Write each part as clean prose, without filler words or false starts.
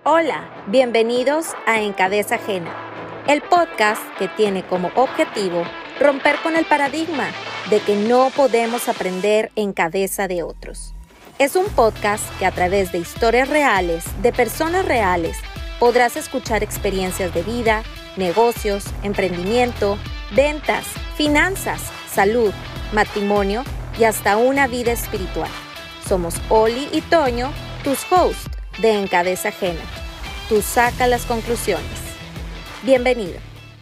Hola, bienvenidos a En Cabeza Ajena, el podcast que tiene como objetivo romper con el paradigma de que no podemos aprender en cabeza de otros. Es un podcast que a través de historias reales, de personas reales, podrás escuchar experiencias de vida, negocios, emprendimiento, ventas, finanzas, salud, matrimonio y hasta una vida espiritual. Somos Oli y Toño, tus hosts de En Cabeza Ajena. Tú saca las conclusiones. Bienvenido.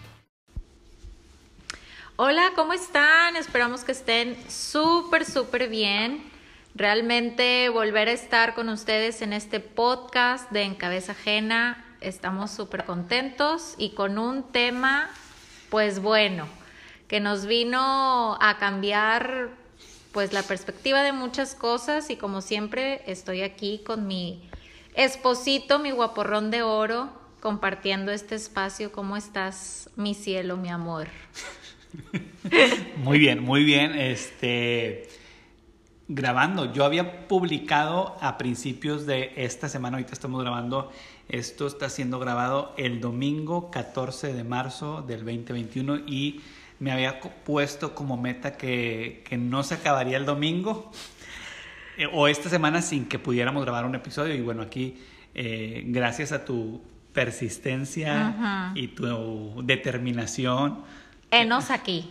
Hola, ¿cómo están? Esperamos que estén súper bien. Realmente volver a estar con ustedes en este podcast de En Cabeza Ajena. Estamos súper contentos y con un tema, pues bueno, que nos vino a cambiar pues la perspectiva de muchas cosas y como siempre estoy aquí con mi esposito, mi guaporrón de oro, compartiendo este espacio. ¿Cómo estás, mi cielo, mi amor? Muy bien. Grabando. Yo había publicado a principios de esta semana, ahorita estamos grabando, esto está siendo grabado el domingo 14 de marzo del 2021 y me había puesto como meta que no se acabaría el domingo o esta semana sin que pudiéramos grabar un episodio. Y bueno, aquí gracias a tu persistencia y tu determinación. Henos aquí.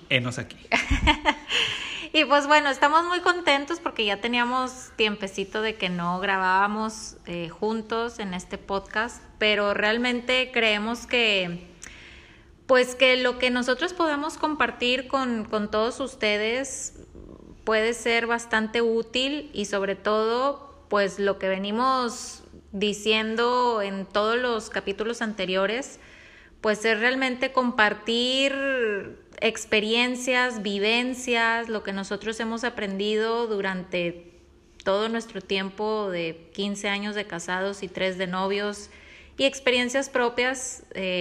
Y pues bueno, estamos muy contentos porque ya teníamos tiempecito de que no grabábamos juntos en este podcast, pero realmente creemos que pues que lo que nosotros podamos compartir con todos ustedes puede ser bastante útil y sobre todo pues lo que venimos diciendo en todos los capítulos anteriores, pues es realmente compartir experiencias, vivencias, lo que nosotros hemos aprendido durante todo nuestro tiempo de 15 años de casados y 3 de novios y experiencias propias,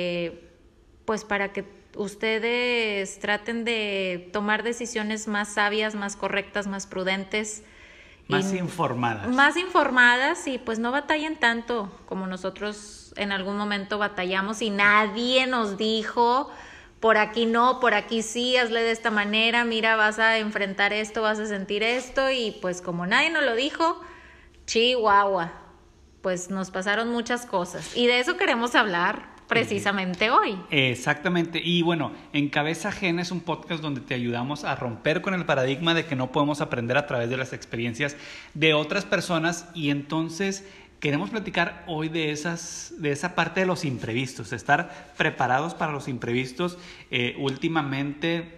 pues para que ustedes traten de tomar decisiones más sabias, más correctas, más prudentes. Más informadas. Más informadas y pues no batallen tanto como nosotros en algún momento batallamos y nadie nos dijo, por aquí no, por aquí sí, hazle de esta manera, mira, vas a enfrentar esto, vas a sentir esto y pues como nadie nos lo dijo, chihuahua, pues nos pasaron muchas cosas y de eso queremos hablar precisamente hoy. Exactamente. Y bueno, En Cabeza Ajena es un podcast donde te ayudamos a romper con el paradigma de que no podemos aprender a través de las experiencias de otras personas y entonces queremos platicar hoy de esa parte de los imprevistos, estar preparados para los imprevistos. Últimamente,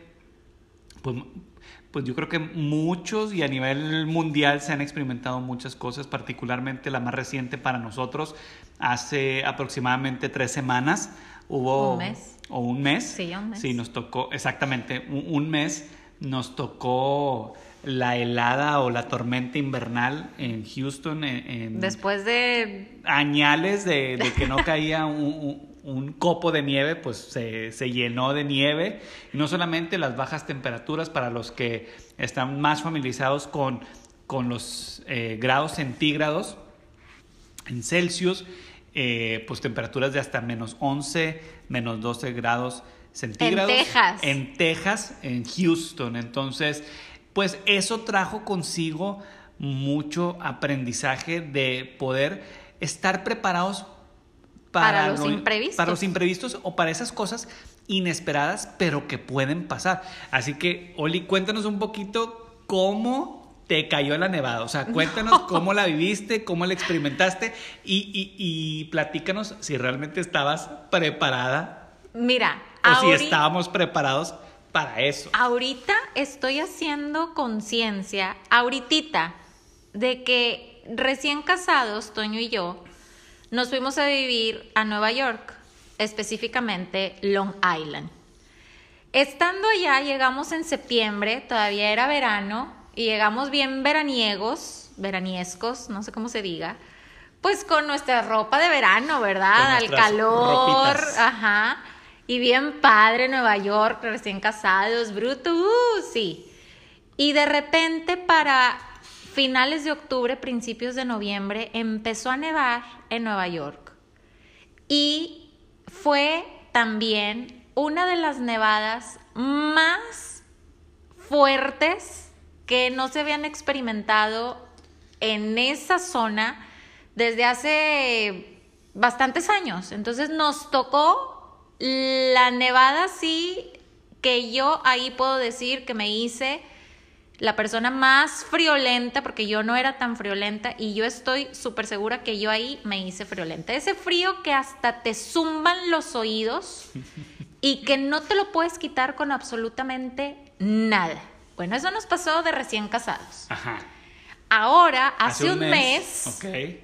pues yo creo que muchos y a nivel mundial se han experimentado muchas cosas, particularmente la más reciente para nosotros. Hace aproximadamente 3 semanas hubo... ¿Un mes? ¿O un mes? Sí, un mes. Sí, nos tocó, exactamente, un mes nos tocó la helada o la tormenta invernal en Houston. Después de añales de que no caía un copo de nieve, pues se llenó de nieve. Y no solamente las bajas temperaturas, para los que están más familiarizados con los grados centígrados en Celsius, pues temperaturas de hasta menos 11, menos 12 grados centígrados. En Texas, en Houston. Entonces, pues eso trajo consigo mucho aprendizaje de poder estar preparados para los imprevistos o para esas cosas inesperadas, pero que pueden pasar. Así que, Oli, cuéntanos un poquito cómo te cayó la nevada. O sea, cuéntanos cómo la viviste, cómo la experimentaste y platícanos si realmente estabas preparada. Mira, o si estábamos preparados para eso. Ahorita estoy haciendo conciencia, ahorita, de que recién casados, Toño y yo, nos fuimos a vivir a Nueva York, específicamente Long Island. Estando allá, llegamos en septiembre, todavía era verano, y llegamos bien veraniescos, no sé cómo se diga, pues con nuestra ropa de verano, ¿verdad? Al calor, ropitas. Ajá. Y bien padre Nueva York, recién casados, bruto, sí. Y de repente para finales de octubre, principios de noviembre, empezó a nevar en Nueva York. y fue también una de las nevadas más fuertes que no se habían experimentado en esa zona desde hace bastantes años. Entonces nos tocó la nevada, sí, que yo ahí puedo decir que me hice la persona más friolenta, porque yo no era tan friolenta y yo estoy súper segura que yo ahí me hice friolenta. Ese frío que hasta te zumban los oídos y que no te lo puedes quitar con absolutamente nada. Bueno, eso nos pasó de recién casados. Ajá. Ahora, hace un mes, okay,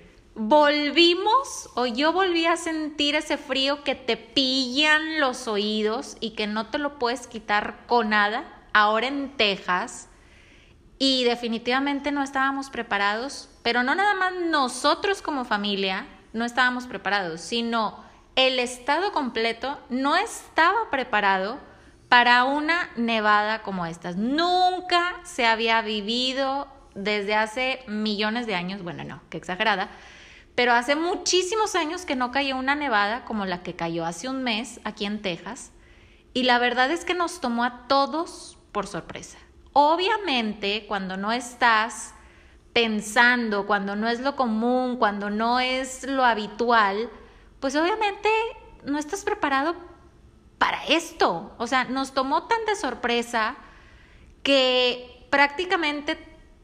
yo volví a sentir ese frío que te pillan los oídos y que no te lo puedes quitar con nada, ahora en Texas, y definitivamente no estábamos preparados, pero no nada más nosotros como familia no estábamos preparados, sino el estado completo no estaba preparado para una nevada como estas. Nunca se había vivido desde hace millones de años, bueno, no, qué exagerada, pero hace muchísimos años que no cayó una nevada como la que cayó hace un mes aquí en Texas, y la verdad es que nos tomó a todos por sorpresa. Obviamente, cuando no estás pensando, cuando no es lo común, cuando no es lo habitual, pues obviamente no estás preparado para esto. O sea, nos tomó tan de sorpresa que prácticamente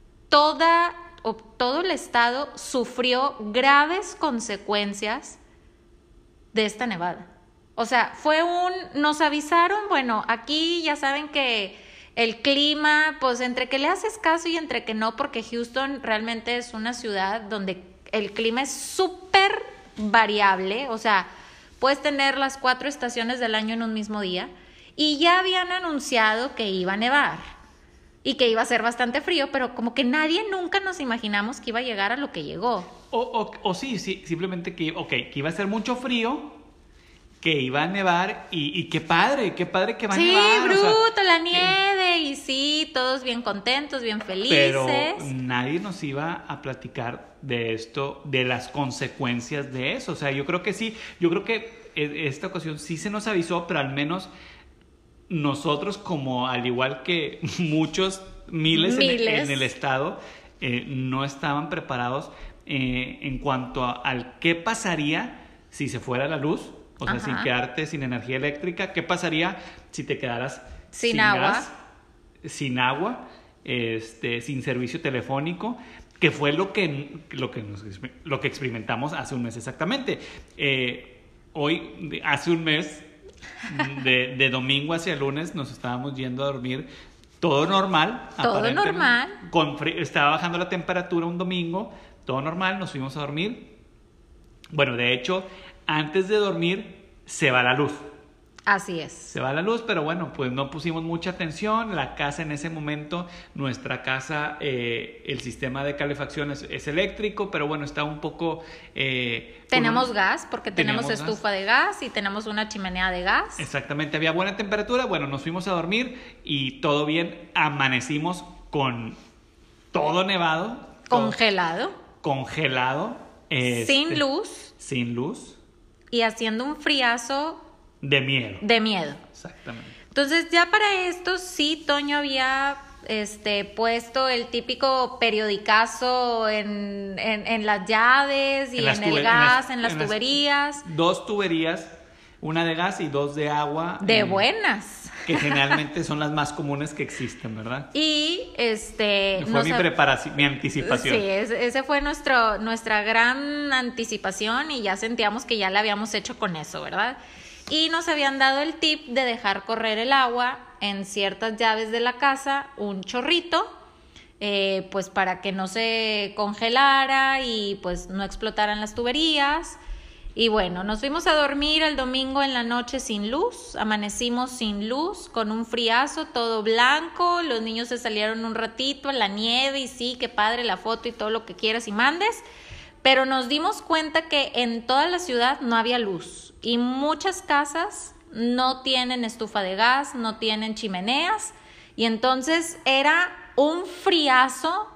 todo el estado sufrió graves consecuencias de esta nevada. O sea, nos avisaron, bueno, aquí ya saben que el clima, pues entre que le haces caso y entre que no, porque Houston realmente es una ciudad donde el clima es súper variable, o sea, puedes tener las 4 estaciones del año en un mismo día, y ya habían anunciado que iba a nevar y que iba a ser bastante frío, pero como que nadie nunca nos imaginamos que iba a llegar a lo que llegó. O sí, simplemente que iba a ser mucho frío, que iba a nevar y qué padre que va a nevar. Sí, bruto, la nieve, y sí, todos bien contentos, bien felices. Pero nadie nos iba a platicar de esto, de las consecuencias de eso. O sea, yo creo que sí, esta ocasión sí se nos avisó, pero al menos nosotros, como al igual que muchos miles. En el estado, no estaban preparados en cuanto al qué pasaría si se fuera la luz. O sea, sin quedarte sin energía eléctrica. ¿Qué pasaría si te quedaras sin agua? Gas, sin agua, sin servicio telefónico? Que fue lo que experimentamos hace un mes exactamente. Hace un mes, de domingo hacia lunes, nos estábamos yendo a dormir. Todo normal. Todo normal. Estaba bajando la temperatura un domingo. Todo normal, nos fuimos a dormir. Bueno, de hecho, antes de dormir se va la luz. Así es. Se va la luz, pero bueno, pues no pusimos mucha atención. La casa en ese momento, nuestra casa, el sistema de calefacción es eléctrico, pero bueno, está un poco... tenemos gas, porque tenemos estufa de gas y tenemos una chimenea de gas. Exactamente, había buena temperatura. Bueno, nos fuimos a dormir y todo bien. Amanecimos con todo nevado. Congelado. Sin luz. Y haciendo un friazo de miedo. Exactamente. Entonces, ya para esto sí, Toño había puesto el típico periodicazo en las llaves y en el gas, en las tuberías. 2 tuberías, una de gas y 2 de agua. De buenas. Que generalmente son las más comunes que existen, ¿verdad? Y fue mi anticipación. Sí, ese fue nuestra gran anticipación, y ya sentíamos que ya la habíamos hecho con eso, ¿verdad? Y nos habían dado el tip de dejar correr el agua en ciertas llaves de la casa, un chorrito, pues para que no se congelara y pues no explotaran las tuberías. Y bueno, nos fuimos a dormir el domingo en la noche sin luz, amanecimos sin luz, con un friazo, todo blanco, los niños se salieron un ratito a la nieve y sí, qué padre la foto y todo lo que quieras y mandes, pero nos dimos cuenta que en toda la ciudad no había luz y muchas casas no tienen estufa de gas, no tienen chimeneas, y entonces era un friazo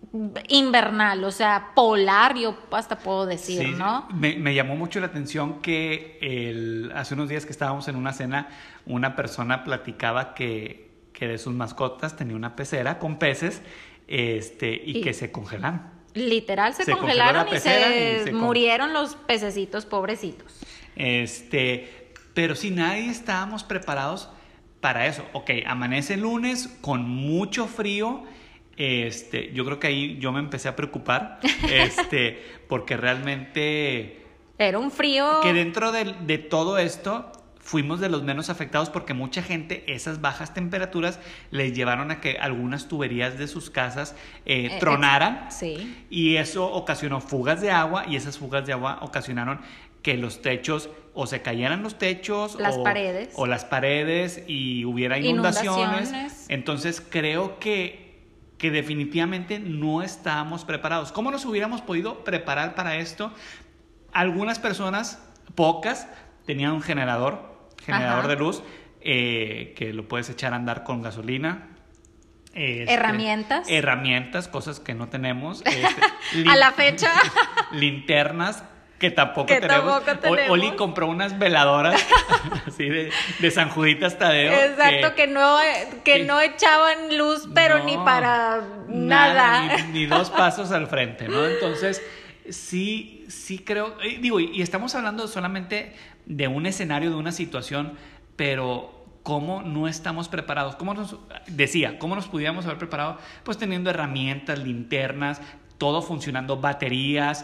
invernal, o sea, polar, yo hasta puedo decir, Sí, ¿no? me llamó mucho la atención que hace unos días que estábamos en una cena, una persona platicaba que de sus mascotas tenía una pecera con peces y que se congelaron. Literal se congeló congelaron la y pecera se murieron los pececitos pobrecitos. Pero sí, nadie estábamos preparados para eso. Ok, amanece el lunes con mucho frío. Yo creo que ahí yo me empecé a preocupar, porque realmente era un frío que dentro de todo esto fuimos de los menos afectados, porque mucha gente esas bajas temperaturas les llevaron a que algunas tuberías de sus casas tronaran, sí. Y eso ocasionó fugas de agua, y esas fugas de agua ocasionaron que los techos o se cayeran los techos las paredes o las paredes y hubiera inundaciones. Entonces creo que definitivamente no estábamos preparados. ¿Cómo nos hubiéramos podido preparar para esto? Algunas personas, pocas, tenían un generador Ajá. de luz, que lo puedes echar a andar con gasolina. Herramientas, cosas que no tenemos. A la fecha. Linternas, que tampoco tenemos. Oli compró unas veladoras así de San Juditas Tadeo. Exacto, que no echaban luz, pero ni para nada. Ni dos pasos al frente, ¿no? Entonces, sí creo, y estamos hablando solamente de un escenario, de una situación, pero ¿cómo no estamos preparados? ¿Cómo nos pudiéramos haber preparado? Pues teniendo herramientas, linternas, todo funcionando, baterías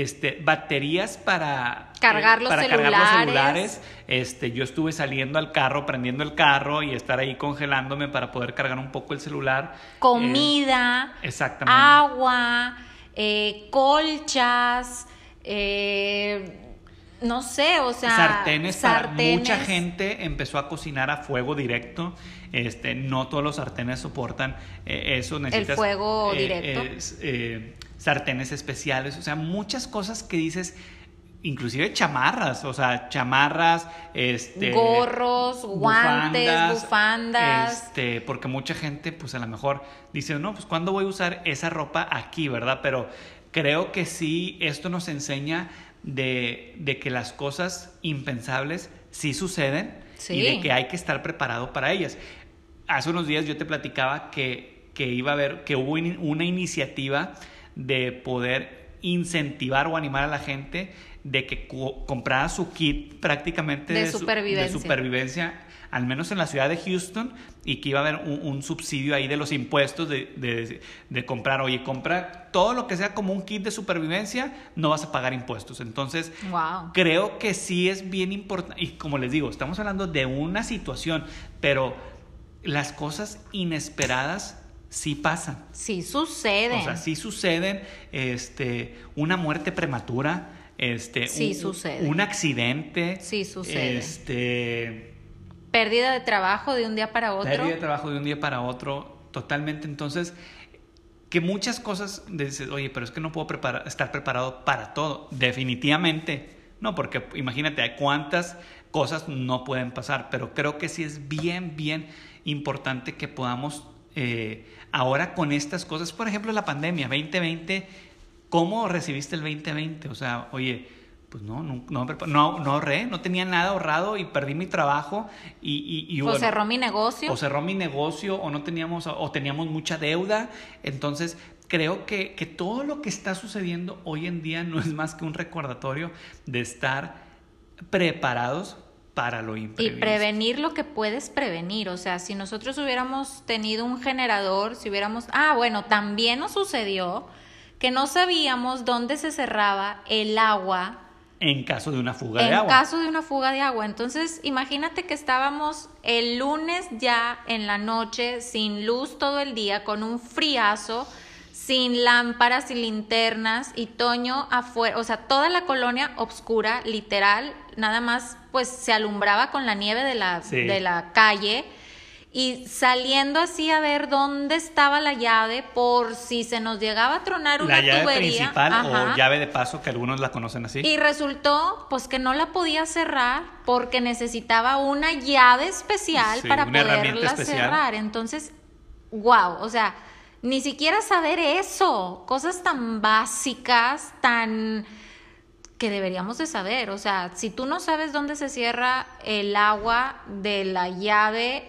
para cargar los celulares. Yo estuve saliendo al carro, prendiendo el carro y estar ahí congelándome para poder cargar un poco el celular. Comida, exactamente. Agua, colchas, no sé, o sea, sartenes. Mucha gente empezó a cocinar a fuego directo. No todos los sartenes soportan eso. Necesitas el fuego directo. Sartenes especiales, o sea, muchas cosas que dices, inclusive chamarras, gorros, guantes, bufandas. Porque mucha gente, pues a lo mejor dice, no, pues ¿cuándo voy a usar esa ropa aquí, verdad? Pero creo que sí, esto nos enseña de que las cosas impensables sí suceden, sí, y de que hay que estar preparado para ellas. Hace unos días yo te platicaba que hubo una iniciativa de poder incentivar o animar a la gente de que comprara su kit prácticamente de supervivencia, al menos en la ciudad de Houston, y que iba a haber un subsidio ahí de los impuestos de comprar. Oye, compra todo lo que sea como un kit de supervivencia, no vas a pagar impuestos. Entonces, creo que sí es bien importante. Y como les digo, estamos hablando de una situación, pero las cosas inesperadas sí pasan. Sí suceden. O sea, sí suceden. Una muerte prematura. Sí sucede. Un accidente. Sí sucede. Pérdida de trabajo de un día para otro. Totalmente. Entonces, que muchas cosas dices, oye, pero es que no puedo estar preparado para todo. Definitivamente no, porque imagínate, cuántas cosas no pueden pasar. Pero creo que sí es bien, bien importante que podamos ahora con estas cosas, por ejemplo la pandemia 2020, ¿cómo recibiste el 2020? O sea, oye, pues no ahorré, no tenía nada ahorrado y perdí mi trabajo o cerró mi negocio, o no teníamos, o teníamos mucha deuda. Entonces creo que todo lo que está sucediendo hoy en día no es más que un recordatorio de estar preparados para lo imprevisto. Y prevenir lo que puedes prevenir. O sea, si nosotros hubiéramos tenido un generador, también nos sucedió que no sabíamos dónde se cerraba el agua en caso de una fuga de agua. Entonces, imagínate que estábamos el lunes ya en la noche, sin luz todo el día, con un friazo, sin lámparas y linternas, y Toño afuera, o sea, toda la colonia obscura, literal, nada más pues se alumbraba con la nieve de la calle, y saliendo así a ver dónde estaba la llave por si se nos llegaba a tronar una tubería. La llave principal o llave de paso, que algunos la conocen así. Y resultó pues que no la podía cerrar porque necesitaba una llave especial para poderla cerrar. Entonces, o sea, ni siquiera saber eso, cosas tan básicas, tan que deberíamos de saber. O sea, si tú no sabes dónde se cierra el agua de la llave,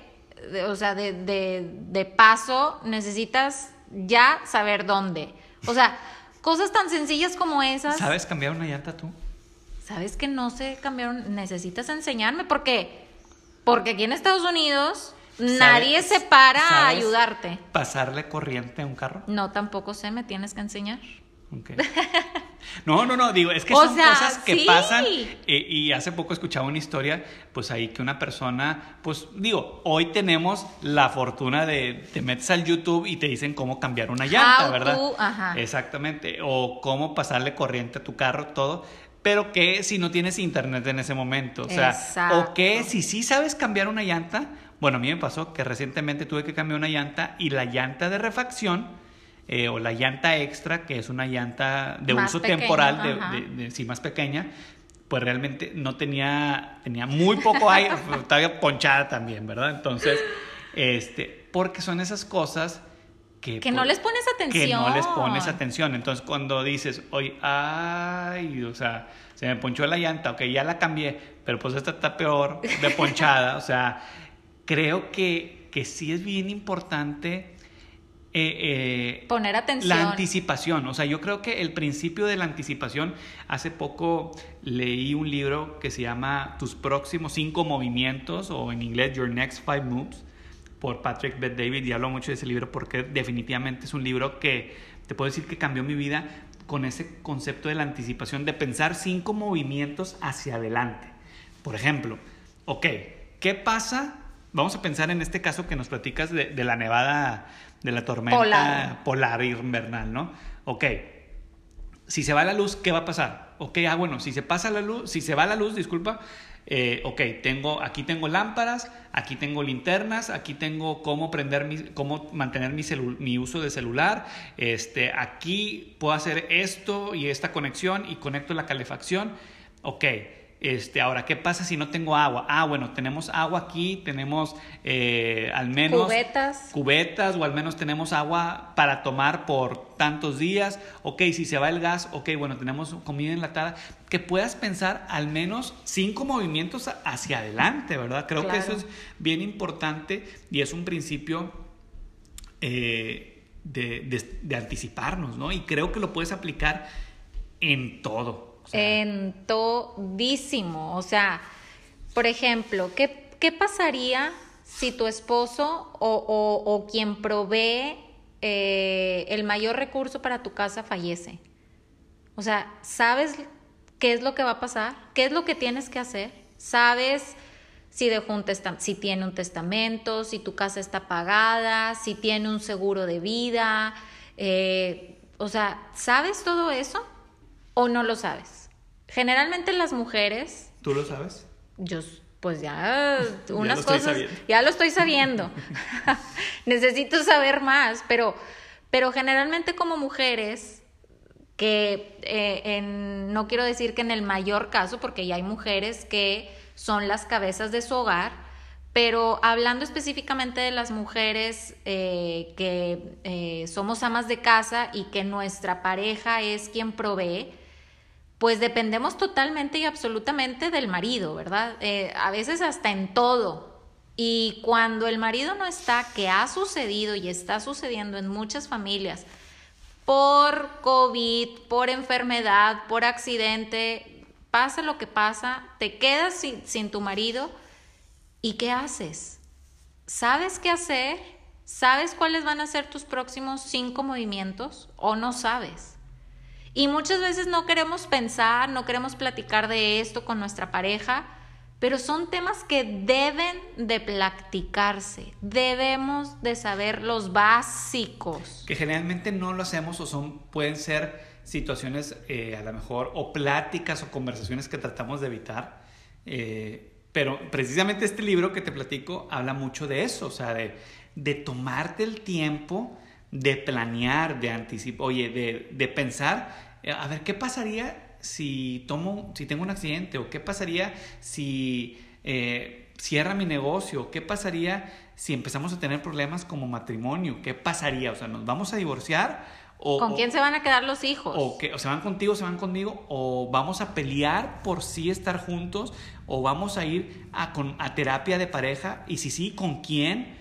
de paso, necesitas ya saber dónde. O sea, cosas tan sencillas como esas. ¿Sabes cambiar una llanta tú? ¿Sabes que no sé cambiar? Necesitas enseñarme porque aquí en Estados Unidos nadie se para a ayudarte. ¿Pasarle corriente a un carro? No, tampoco sé, me tienes que enseñar. Okay. No, digo, es que son cosas que pasan y hace poco escuchaba una historia, pues ahí que una persona, pues digo, hoy tenemos la fortuna de te metes al YouTube y te dicen cómo cambiar una llanta, ¿verdad? Ajá. Exactamente, o cómo pasarle corriente a tu carro, todo, pero que si no tienes internet en ese momento, o sea, exacto. O que si sí sabes cambiar una llanta, bueno, a mí me pasó que recientemente tuve que cambiar una llanta y la llanta de refacción o la llanta extra, que es una llanta de más uso pequeña, temporal, sí, más pequeña, pues realmente no tenía muy poco aire, estaba ponchada también, ¿verdad? Entonces, porque son esas cosas que pues, no les pones atención. Que no les pones atención. Entonces, cuando dices, oye, o sea, se me ponchó la llanta, ok, ya la cambié, pero pues esta está peor de ponchada, o sea, creo que sí es bien importante poner atención. La anticipación, o sea, yo creo que el principio de la anticipación, hace poco leí un libro que se llama Tus próximos 5 movimientos, o en inglés Your Next 5 Moves, por Patrick Bet-David, y hablo mucho de ese libro porque definitivamente es un libro que te puedo decir que cambió mi vida con ese concepto de la anticipación, de pensar 5 movimientos hacia adelante. Por ejemplo, ok, ¿qué pasa? Vamos a pensar en este caso que nos platicas de la nevada, de la tormenta polar invernal, ¿no? Ok, si se va la luz, ¿qué va a pasar? Ok, bueno, si se va la luz, disculpa, ok, aquí tengo lámparas, aquí tengo linternas, aquí tengo cómo mantener mi uso de celular, aquí puedo hacer esto y esta conexión y conecto la calefacción, ok. Ahora, ¿qué pasa si no tengo agua? Bueno, tenemos agua aquí, tenemos al menos cubetas, o al menos tenemos agua para tomar por tantos días. Ok, si se va el gas, ok, bueno, tenemos comida enlatada. Que puedas pensar al menos 5 movimientos hacia adelante, ¿verdad? Creo que eso es bien importante y es un principio de anticiparnos, ¿no? Y creo que lo puedes aplicar en todo. O sea, en todísimo. O sea, por ejemplo, ¿qué pasaría si tu esposo o quien provee el mayor recurso para tu casa fallece? O sea, ¿sabes qué es lo que va a pasar? ¿Qué es lo que tienes que hacer? ¿Sabes si tiene un testamento, si tu casa está pagada, si tiene un seguro de vida? O sea, ¿sabes todo eso? ¿O no lo sabes? Generalmente las mujeres... ¿Tú lo sabes? Yo, pues ya, unas ya cosas... Ya lo estoy sabiendo. Necesito saber más, pero generalmente como mujeres, que no quiero decir que en el mayor caso, porque ya hay mujeres que son las cabezas de su hogar, pero hablando específicamente de las mujeres que somos amas de casa y que nuestra pareja es quien provee, pues dependemos totalmente y absolutamente del marido, ¿verdad? A veces hasta en todo. Y cuando el marido no está, que ha sucedido y está sucediendo en muchas familias, por COVID, por enfermedad, por accidente, pasa lo que pasa, te quedas sin tu marido, ¿y qué haces? ¿Sabes qué hacer? ¿Sabes cuáles van a ser tus próximos 5 movimientos o no sabes? Y muchas veces no queremos pensar, no queremos platicar de esto con nuestra pareja, pero son temas que deben de practicarse, debemos de saber los básicos. Que generalmente no lo hacemos pueden ser situaciones a lo mejor, o pláticas o conversaciones que tratamos de evitar, pero precisamente este libro que te platico habla mucho de eso, o sea, de tomarte el tiempo de planear, de anticipar, de pensar, a ver, ¿qué pasaría si tengo un accidente? ¿O qué pasaría si cierra mi negocio? ¿Qué pasaría si empezamos a tener problemas como matrimonio? ¿Qué pasaría? O sea, ¿nos vamos a divorciar? ¿Con quién se van a quedar los hijos? O se van contigo, se van conmigo, o vamos a pelear por sí estar juntos, o vamos a ir a terapia de pareja, y si sí, ¿con quién?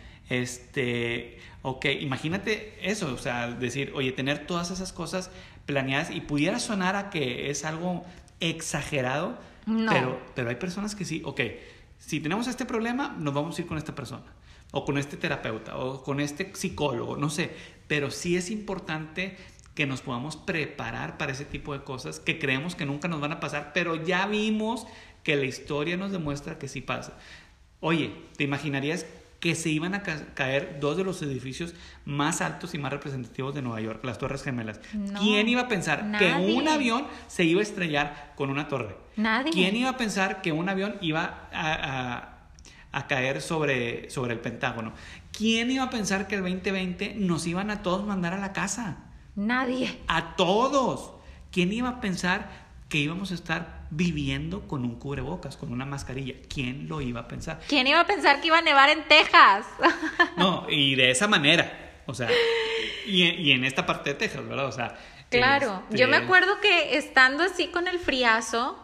Ok, imagínate eso, o sea, decir, oye, tener todas esas cosas planeadas, y pudiera sonar a que es algo exagerado, no. pero hay personas que sí, ok, si tenemos este problema, nos vamos a ir con esta persona, o con este terapeuta, o con este psicólogo, no sé, pero sí es importante que nos podamos preparar para ese tipo de cosas que creemos que nunca nos van a pasar, pero ya vimos que la historia nos demuestra que sí pasa. Oye, ¿te imaginarías que se iban a caer 2 de los edificios más altos y más representativos de Nueva York, las Torres Gemelas? No, ¿Quién iba a pensar que un avión se iba a estrellar con una torre? Nadie. ¿Quién iba a pensar que un avión iba a caer sobre el Pentágono? ¿Quién iba a pensar que el 2020 nos iban a todos mandar a la casa? Nadie. A todos. ¿Quién iba a pensar que íbamos a estar viviendo con un cubrebocas, con una mascarilla? ¿Quién lo iba a pensar? ¿Quién iba a pensar que iba a nevar en Texas? No, y de esa manera, o sea, y en esta parte de Texas, ¿verdad? O sea, claro, yo me acuerdo que estando así con el friazo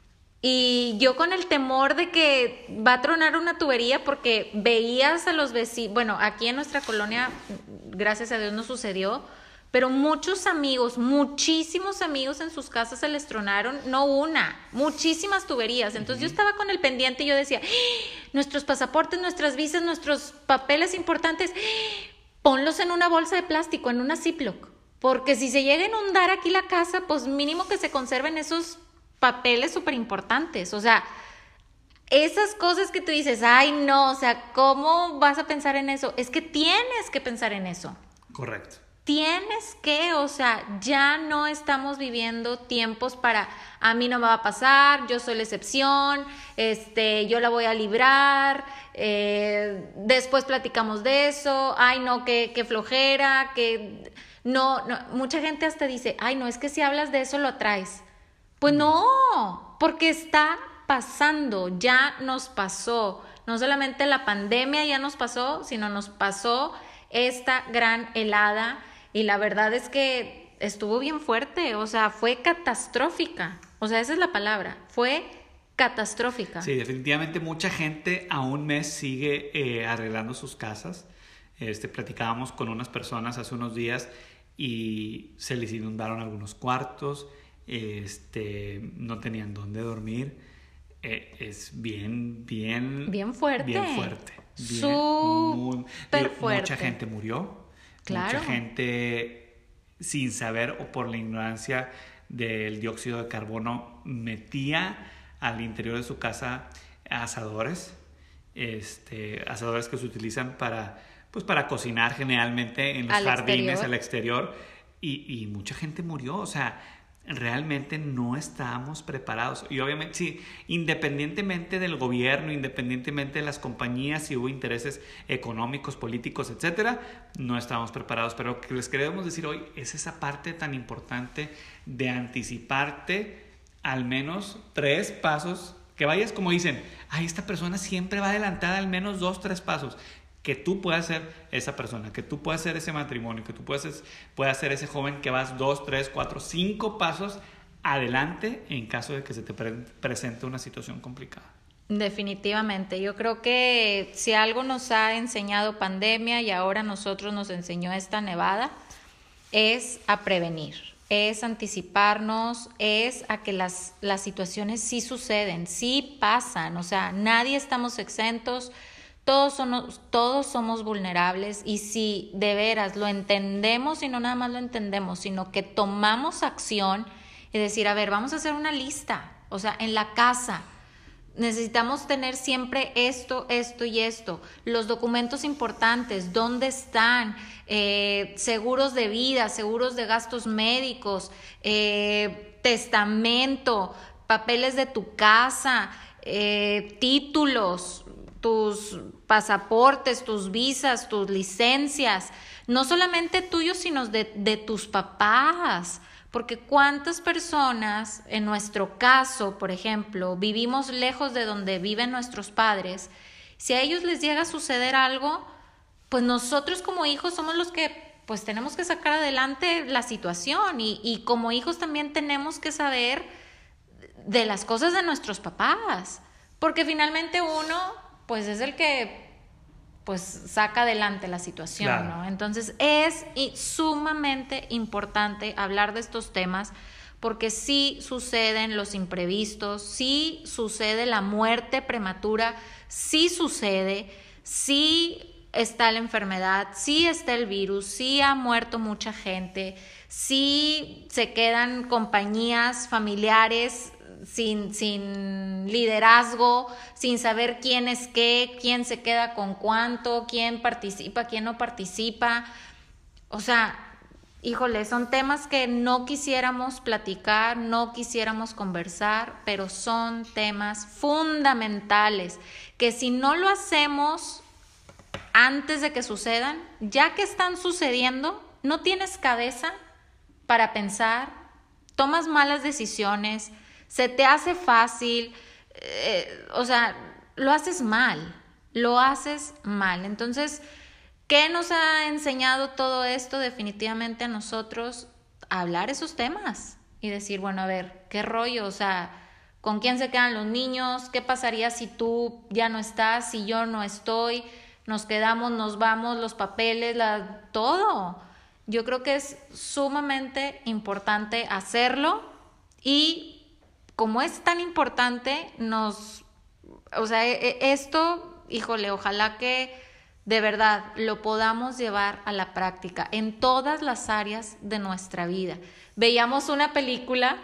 y yo con el temor de que va a tronar una tubería, porque veías a los vecinos, bueno, aquí en nuestra colonia, gracias a Dios no sucedió, pero muchos amigos, muchísimos amigos en sus casas se les tronaron, no una, muchísimas tuberías. Entonces yo estaba con el pendiente y yo decía, nuestros pasaportes, nuestras visas, nuestros papeles importantes, ponlos en una bolsa de plástico, en una Ziploc, porque si se llega a inundar aquí la casa, pues mínimo que se conserven esos papeles súper importantes. O sea, esas cosas que tú dices, ay no, o sea, ¿cómo vas a pensar en eso? Es que tienes que pensar en eso. Correcto. Tienes que, o sea, ya no estamos viviendo tiempos para, a mí no me va a pasar, yo soy la excepción, yo la voy a librar, después platicamos de eso, ay no, qué flojera, que no, mucha gente hasta dice, ay no, es que si hablas de eso lo atraes. Pues no, porque está pasando, ya nos pasó, no solamente la pandemia ya nos pasó, sino nos pasó esta gran helada. Y la verdad es que estuvo bien fuerte, o sea, fue catastrófica. O sea, esa es la palabra, fue catastrófica. Sí, definitivamente mucha gente a un mes sigue arreglando sus casas. Platicábamos con unas personas hace unos días y se les inundaron algunos cuartos, no tenían dónde dormir. Es bien fuerte. Bien fuerte. Súper fuerte. Mucha gente murió. Claro. Mucha gente, sin saber o por la ignorancia del dióxido de carbono, metía al interior de su casa asadores, asadores que se utilizan para cocinar generalmente en los jardines al exterior, y mucha gente murió. O sea, realmente no estábamos preparados. Y obviamente, sí, independientemente del gobierno, independientemente de las compañías, si hubo intereses económicos, políticos, etcétera, no estábamos preparados. Pero lo que les queremos decir hoy es esa parte tan importante de anticiparte al menos 3 pasos, que vayas como dicen, ay, esta persona siempre va adelantada al menos 2, 3 pasos. Que tú puedas ser esa persona, que tú puedas ser ese matrimonio, que tú puedas ser ese joven que vas 2, 3, 4, 5 pasos adelante en caso de que se te presente una situación complicada. Definitivamente, yo creo que si algo nos ha enseñado pandemia y ahora nosotros nos enseñó esta nevada, es a prevenir, es anticiparnos, es a que las situaciones sí suceden, sí pasan, o sea, nadie estamos exentos. Todos somos vulnerables, y si de veras lo entendemos, y no nada más lo entendemos, sino que tomamos acción y decir, a ver, vamos a hacer una lista, o sea, en la casa necesitamos tener siempre esto y esto, los documentos importantes, ¿dónde están? Seguros de vida, seguros de gastos médicos, testamento, papeles de tu casa, títulos, tus pasaportes, tus visas, tus licencias, no solamente tuyos, sino de tus papás, Porque cuántas personas, en nuestro caso, por ejemplo, vivimos lejos de donde viven nuestros padres, si a ellos les llega a suceder algo, pues nosotros como hijos somos los que pues tenemos que sacar adelante la situación y como hijos también tenemos que saber de las cosas de nuestros papás, porque finalmente uno pues es el que pues saca adelante la situación, claro, ¿no? Entonces es sumamente importante hablar de estos temas porque sí suceden los imprevistos, sí sucede la muerte prematura, sí sucede, sí está la enfermedad, sí está el virus, sí ha muerto mucha gente, sí se quedan compañías familiares sin liderazgo, sin saber quién es qué, quién se queda con cuánto, quién participa, quién no participa. O sea, híjole, son temas que no quisiéramos platicar, no quisiéramos conversar, pero son temas fundamentales que si no lo hacemos antes de que sucedan, ya que están sucediendo, no tienes cabeza para pensar, tomas malas decisiones, se te hace fácil, o sea, lo haces mal. Entonces, ¿qué nos ha enseñado todo esto? Definitivamente a nosotros a hablar esos temas y decir, bueno, a ver, ¿qué rollo? O sea, ¿con quién se quedan los niños? ¿Qué pasaría si tú ya no estás, si yo no estoy? Nos quedamos, nos vamos, los papeles, todo. Yo creo que es sumamente importante hacerlo y como es tan importante, esto, híjole, ojalá que de verdad lo podamos llevar a la práctica en todas las áreas de nuestra vida. Veíamos una película,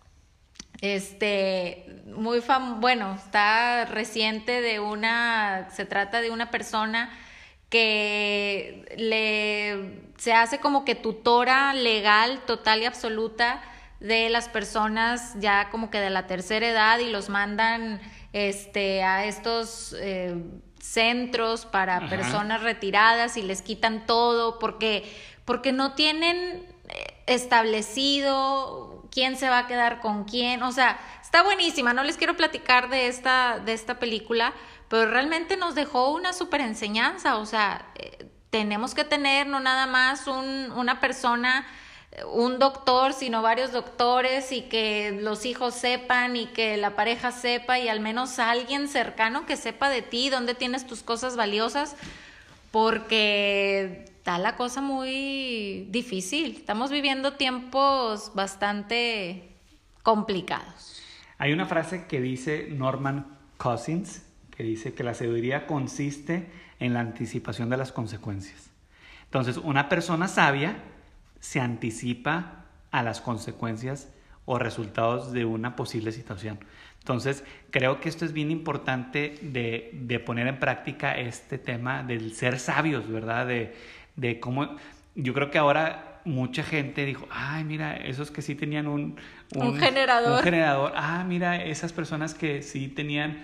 está reciente se trata de una persona que se hace como que tutora legal total y absoluta de las personas ya como que de la tercera edad y los mandan a estos centros para personas retiradas y les quitan todo porque no tienen establecido quién se va a quedar con quién. O sea, está buenísima, no les quiero platicar de esta película, pero realmente nos dejó una súper enseñanza. O sea, tenemos que tener no nada más una persona, un doctor, sino varios doctores y que los hijos sepan y que la pareja sepa y al menos alguien cercano que sepa de ti, dónde tienes tus cosas valiosas, porque está la cosa muy difícil. Estamos viviendo tiempos bastante complicados. Hay una frase que dice Norman Cousins, que dice que la sabiduría consiste en la anticipación de las consecuencias. Entonces, una persona sabia se anticipa a las consecuencias o resultados de una posible situación. Entonces, creo que esto es bien importante de poner en práctica este tema del ser sabios, ¿verdad? De cómo, yo creo que ahora mucha gente dijo, ay, mira, esos que sí tenían un generador. Un generador. Ah, mira, esas personas que sí tenían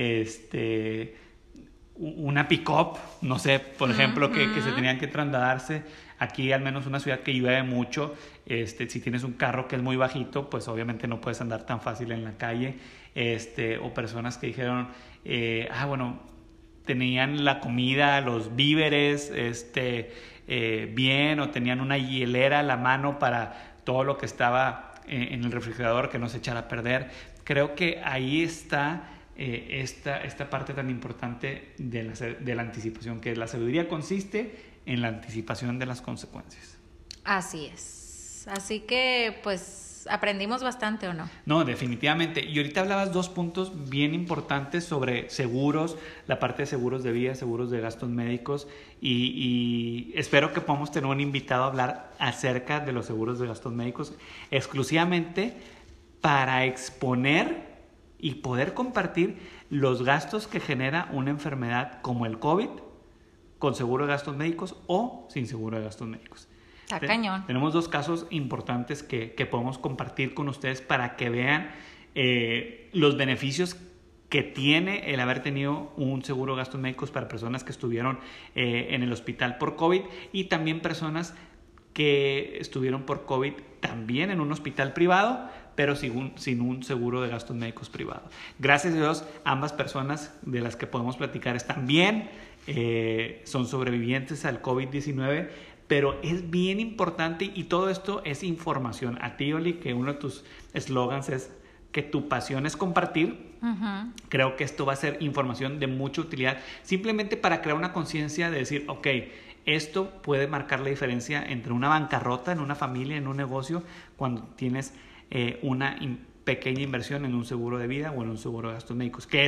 una pick-up, no sé, por ejemplo, que se tenían que trasladarse. Aquí, al menos una ciudad que llueve mucho, si tienes un carro que es muy bajito, pues obviamente no puedes andar tan fácil en la calle. O personas que dijeron, tenían la comida, los víveres, bien, o tenían una hielera a la mano para todo lo que estaba en el refrigerador que no se echara a perder. Creo que ahí está esta parte tan importante de la anticipación, que la sabiduría consiste en la anticipación de las consecuencias. Así es. Así que, pues, aprendimos bastante, ¿o no? No, definitivamente. Y ahorita hablabas 2 puntos bien importantes sobre seguros, la parte de seguros de vida, seguros de gastos médicos, y espero que podamos tener un invitado a hablar acerca de los seguros de gastos médicos exclusivamente para exponer y poder compartir los gastos que genera una enfermedad como el COVID con seguro de gastos médicos o sin seguro de gastos médicos. Está cañón. Tenemos 2 casos importantes que podemos compartir con ustedes para que vean los beneficios que tiene el haber tenido un seguro de gastos médicos para personas que estuvieron en el hospital por COVID y también personas que estuvieron por COVID también en un hospital privado, pero sin un seguro de gastos médicos privado. Gracias a Dios, ambas personas de las que podemos platicar están bien, son sobrevivientes al COVID-19, pero es bien importante y todo esto es información. A ti, Oli, que uno de tus eslogans es que tu pasión es compartir. Uh-huh. Creo que esto va a ser información de mucha utilidad, simplemente para crear una conciencia de decir, ok, esto puede marcar la diferencia entre una bancarrota en una familia, en un negocio, cuando tienes una pequeña inversión en un seguro de vida o en un seguro de gastos médicos. Que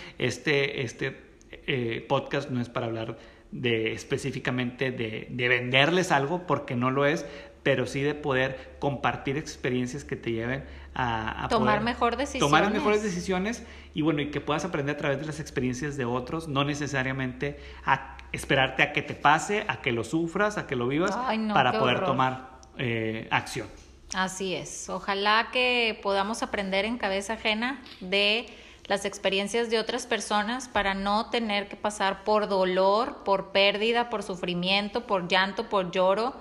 este podcast no es para hablar específicamente de venderles algo, porque no lo es, pero sí de poder compartir experiencias que te lleven a tomar mejores decisiones y bueno, y que puedas aprender a través de las experiencias de otros, no necesariamente a esperarte a que te pase, a que lo sufras, a que lo vivas. Ay, no, para poder tomar acción. Así es. Ojalá que podamos aprender en cabeza ajena de las experiencias de otras personas para no tener que pasar por dolor, por pérdida, por sufrimiento, por llanto, por lloro,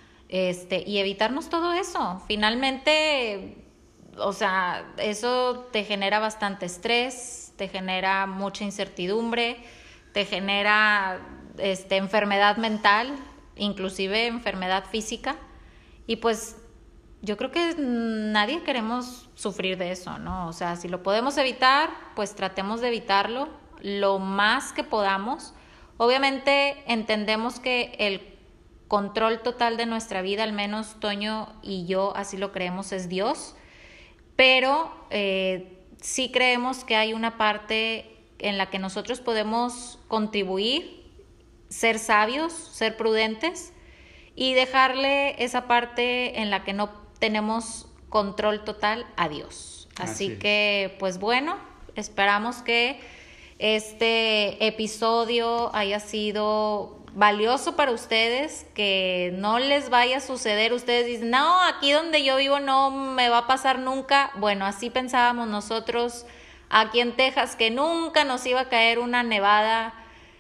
y evitarnos todo eso. Finalmente, o sea, eso te genera bastante estrés, te genera mucha incertidumbre, te genera enfermedad mental, inclusive enfermedad física, y pues yo creo que nadie queremos sufrir de eso, ¿no? O sea, si lo podemos evitar, pues tratemos de evitarlo lo más que podamos. Obviamente entendemos que el control total de nuestra vida, al menos Toño y yo así lo creemos, es Dios, pero sí creemos que hay una parte en la que nosotros podemos contribuir, ser sabios, ser prudentes y dejarle esa parte en la que no tenemos control total a Dios. Así que, pues bueno, esperamos que este episodio haya sido valioso para ustedes, que no les vaya a suceder. Ustedes dicen, no, aquí donde yo vivo no me va a pasar nunca. Bueno, así pensábamos nosotros aquí en Texas, que nunca nos iba a caer una nevada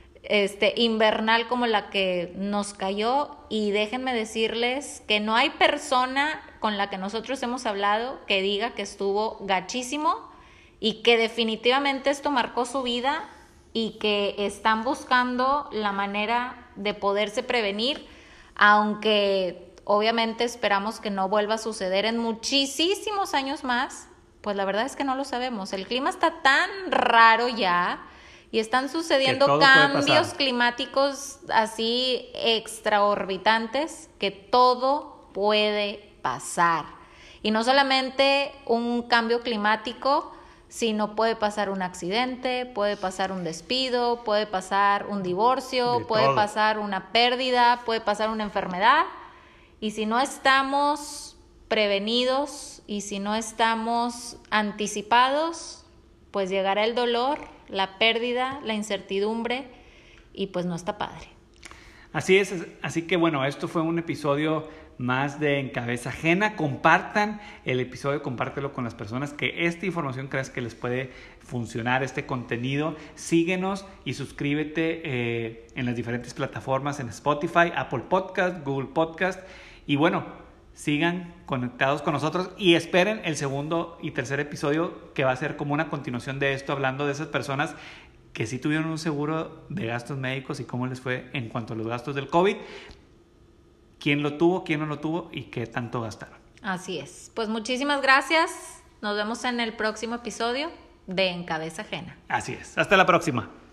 invernal como la que nos cayó, y déjenme decirles que no hay persona con la que nosotros hemos hablado que diga que estuvo gachísimo y que definitivamente esto marcó su vida y que están buscando la manera de poderse prevenir, aunque obviamente esperamos que no vuelva a suceder en muchísimos años más. Pues la verdad es que no lo sabemos. El clima está tan raro ya y están sucediendo cambios climáticos así extraorbitantes que todo puede pasar. Y no solamente un cambio climático, sino puede pasar un accidente, puede pasar un despido, puede pasar un divorcio, puede pasar una pérdida, puede pasar una enfermedad. Y si no estamos prevenidos y si no estamos anticipados, pues llegará el dolor, la pérdida, la incertidumbre, y pues no está padre. Así es, así que bueno, esto fue un episodio más de En Cabeza Ajena. Compartan el episodio, compártelo con las personas que esta información creas que les puede funcionar, este contenido. Síguenos y suscríbete en las diferentes plataformas, en Spotify, Apple Podcast, Google Podcast, y bueno, sigan conectados con nosotros y esperen el segundo y tercer episodio, que va a ser como una continuación de esto, hablando de esas personas que sí tuvieron un seguro de gastos médicos y cómo les fue en cuanto a los gastos del COVID, quién lo tuvo, quién no lo tuvo y qué tanto gastaron. Así es. Pues muchísimas gracias. Nos vemos en el próximo episodio de En Cabeza Ajena. Así es. Hasta la próxima.